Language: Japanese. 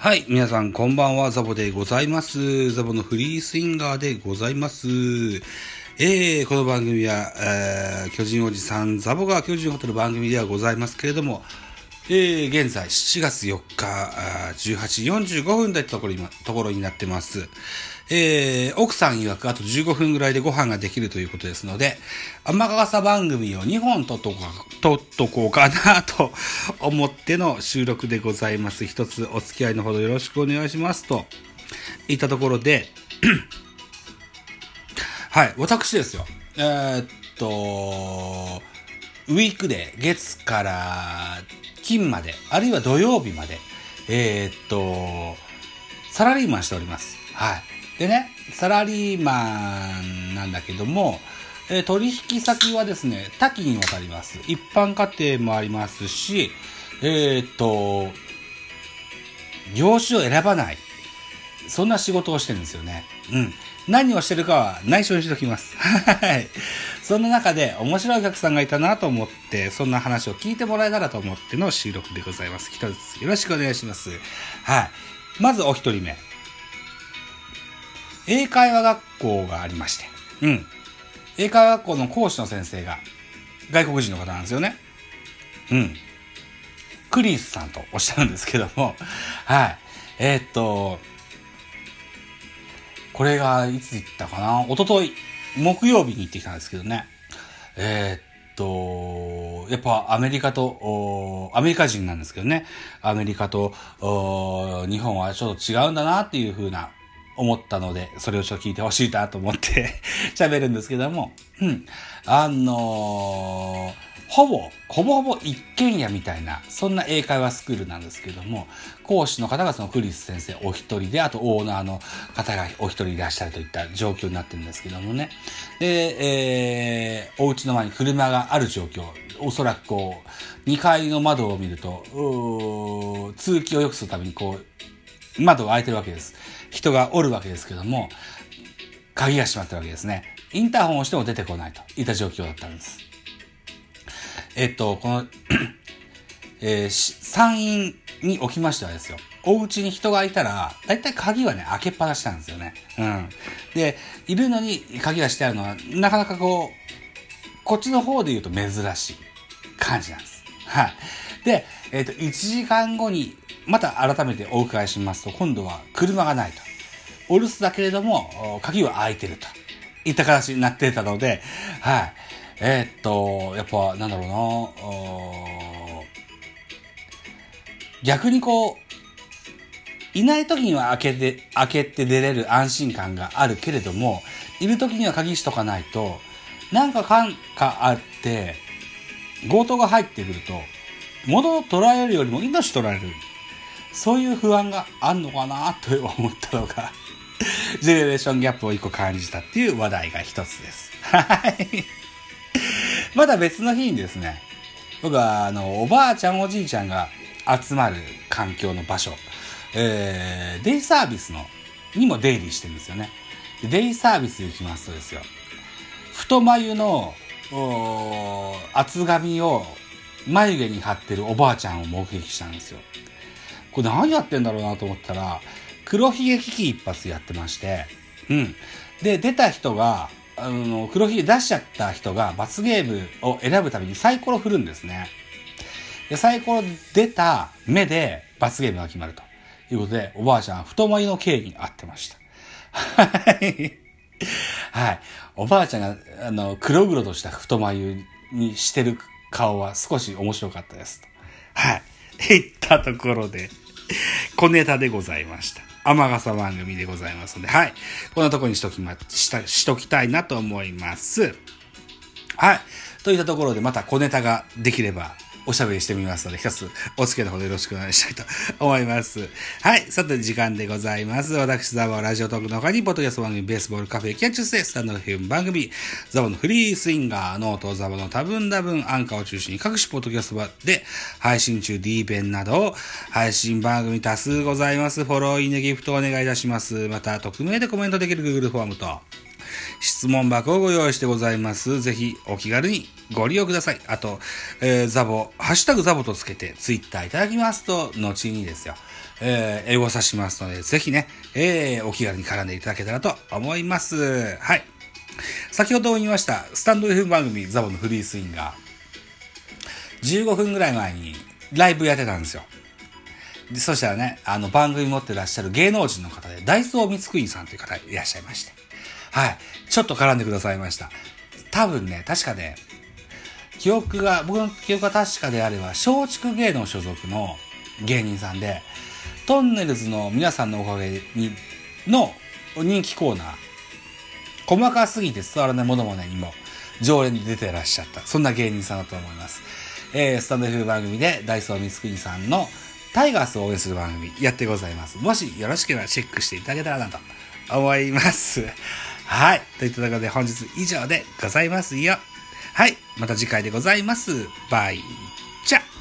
はい、皆さんこんばんは、ザボでございます。ザボのフリースインガーでございます。この番組は、巨人おじさんザボが巨人を語る番組ではございますけれども、現在7月4日18時45分だったところになってます。奥さん曰くあと15分ぐらいでご飯ができるということですので、雨傘番組を2本撮っとこうかなと思っての収録でございます。一つお付き合いのほどよろしくお願いしますといったところではい、私ですよ。ウィークで月から金まで、あるいは土曜日まで、サラリーマンしております。はい。でね、サラリーマンなんだけども、取引先はですね、多岐にわたります。一般家庭もありますし、業種を選ばない。そんな仕事をしてるんですよね。うん。何をしてるかは内緒にしておきます。はい。そんな中で面白いお客さんがいたなと思って、そんな話を聞いてもらえたらと思っての収録でございます。一つよろしくお願いします。はい。まずお一人目。英会話学校がありまして。うん。英会話学校の講師の先生が外国人の方なんですよね。うん。クリスさんとおっしゃるんですけども。はい。これがいつ行ったかな、一昨日木曜日に行ってきたんですけどね。やっぱアメリカ人なんですけどね。アメリカと日本はちょっと違うんだなっていう風な思ったので、それをちょっと聞いてほしいなと思って喋るんですけども、うん。ほぼ一軒家みたいな、そんな英会話スクールなんですけども、講師の方がそのクリス先生お一人で、あとオーナーの方がお一人いらっしゃるといった状況になってるんですけどもね。で、お家の前に車がある状況。おそらくこう、2階の窓を見ると、通気を良くするためにこう、窓が開いてるわけです。人がおるわけですけども、鍵が閉まってるわけですね。インターホンを押しても出てこないといった状況だったんです。この山陰におきましてはですよ、お家に人がいたら、だいたい鍵はね、開けっぱなしなんですよね。うん。で、いるのに鍵がしてあるのは、なかなかこっちの方で言うと珍しい感じなんです。はい。で、1時間後に、また改めてお伺いしますと、今度は車がないと。お留守だけれども、鍵は開いてるといった形になっていたので、はい。やっぱ、なんだろうな、逆にこう、いない時には開けて出れる安心感があるけれども、いる時には鍵しとかないと、なんかあって、強盗が入ってくると、物を取られるよりも命取られる。そういう不安があんのかなと思ったのが、ジェネレーションギャップを一個感じたっていう話題が一つです。はい。まだ別の日にですね、僕はおばあちゃんおじいちゃんが集まる環境の場所、デイサービスにも出入りしてるんですよね。デイサービス行きますとですよ、太眉の厚紙を眉毛に貼ってるおばあちゃんを目撃したんですよ。これ何やってんだろうなと思ったら、黒ひげ危機一髪やってまして、うん。で、出た人が、黒ひげ出しちゃった人が罰ゲームを選ぶためにサイコロ振るんですね。で、サイコロ出た目で罰ゲームが決まるということで、おばあちゃん太眉の刑に遭ってました。はい。はい。おばあちゃんが、黒々とした太眉にしてる顔は少し面白かったですと。はい。いったところで、小ネタでございました。雨傘番組でございますので、はい。こんなところにしときたいなと思います。はい。といったところでまた小ネタができればおしゃべりしてみますので、一つお付き合いのほどよろしくお願いしたいと思います。はい。さて時間でございます。私、ザボはラジオトークの他に、ポッドキャスト番組、ベースボールカフェ、キャッチュステ、スタンドのフィルム番組、ザボのフリースインガー、ノート、ザボの多分アンカーを中心に各種ポッドキャストで配信中、D ペンなど、配信番組多数ございます。フォロー、いいね、ギフトお願いいたします。また、匿名でコメントできる Google フォームと、質問箱をご用意してございます。ぜひお気軽にご利用ください。あと、ザボ、ハッシュタグザボとつけてツイッターいただきますと、後にですよ。 英語さしますので、ぜひね、お気軽に絡んでいただけたらと思います。はい。先ほども言いました、スタンド FM 番組ザボのフリースインガー、15分ぐらい前にライブやってたんですよ。でそしたらね、番組持ってらっしゃる芸能人の方で、ダイソー光圀さんという方いらっしゃいまして。はい。ちょっと絡んでくださいました。多分ね、確かね、僕の記憶が確かであれば、松竹芸能所属の芸人さんで、トンネルズの皆さんのおかげの人気コーナー、細かすぎて伝わらないものもね、にも常連に出てらっしゃった。そんな芸人さんだと思います。スタンド F 番組でダイソー光圀さんのタイガースを応援する番組やってございます。もしよろしければチェックしていただけたらなと思います。はい。といったところで本日以上でございますよ。はい。また次回でございます。バイチャ